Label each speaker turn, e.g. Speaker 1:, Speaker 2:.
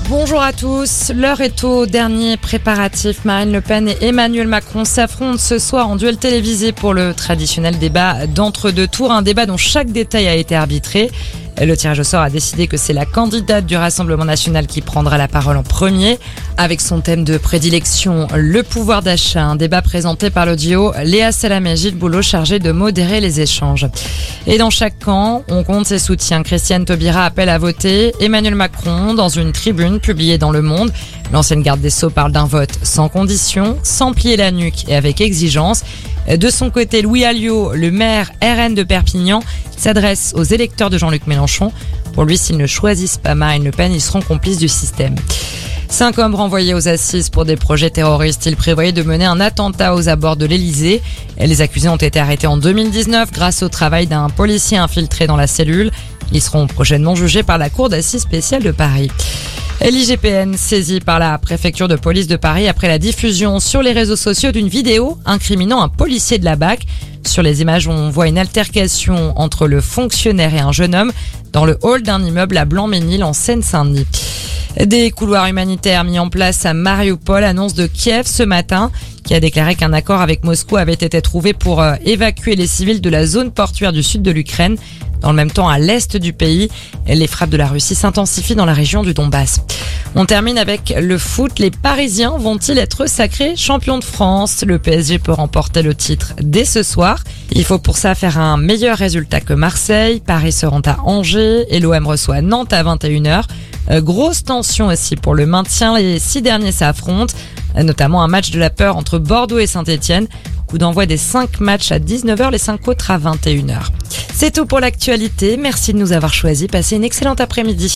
Speaker 1: Bonjour à tous, l'heure est au dernier préparatif. Marine Le Pen et Emmanuel Macron s'affrontent ce soir en duel télévisé pour le traditionnel débat d'entre-deux tours, un débat dont chaque détail a été arbitré. Le tirage au sort a décidé que c'est la candidate du Rassemblement national qui prendra la parole en premier. Avec son thème de prédilection, le pouvoir d'achat, un débat présenté par le duo Léa Salamé et Gilles Boulot chargé de modérer les échanges. Et dans chaque camp, on compte ses soutiens. Christiane Taubira appelle à voter Emmanuel Macron dans une tribune publiée dans Le Monde. L'ancienne garde des Sceaux parle d'un vote sans condition, sans plier la nuque et avec exigence. De son côté, Louis Alliot, le maire RN de Perpignan, s'adresse aux électeurs de Jean-Luc Mélenchon. Pour lui, s'ils ne choisissent pas Marine Le Pen, ils seront complices du système. 5 hommes renvoyés aux assises pour des projets terroristes. Ils prévoyaient de mener un attentat aux abords de l'Elysée. Les accusés ont été arrêtés en 2019 grâce au travail d'un policier infiltré dans la cellule. Ils seront prochainement jugés par la Cour d'assises spéciale de Paris. L'IGPN saisie par la préfecture de police de Paris après la diffusion sur les réseaux sociaux d'une vidéo incriminant un policier de la BAC. Sur les images, on voit une altercation entre le fonctionnaire et un jeune homme dans le hall d'un immeuble à Blanc-Ménil en Seine-Saint-Denis. Des couloirs humanitaires mis en place à Mariupol, annonce de Kiev ce matin, qui a déclaré qu'un accord avec Moscou avait été trouvé pour évacuer les civils de la zone portuaire du sud de l'Ukraine. Dans le même temps, à l'est du pays, les frappes de la Russie s'intensifient dans la région du Donbass. On termine avec le foot. Les Parisiens vont-ils être sacrés champions de France? Le PSG peut remporter le titre dès ce soir. Il faut pour ça faire un meilleur résultat que Marseille. Paris se rend à Angers et l'OM reçoit Nantes à 21h. Grosse tension aussi pour le maintien. Les 6 derniers s'affrontent, notamment un match de la peur entre Bordeaux et Saint-Etienne. Coup d'envoi des 5 matchs à 19h, les 5 autres à 21h. C'est tout pour l'actualité. Merci de nous avoir choisis. Passez une excellente après-midi.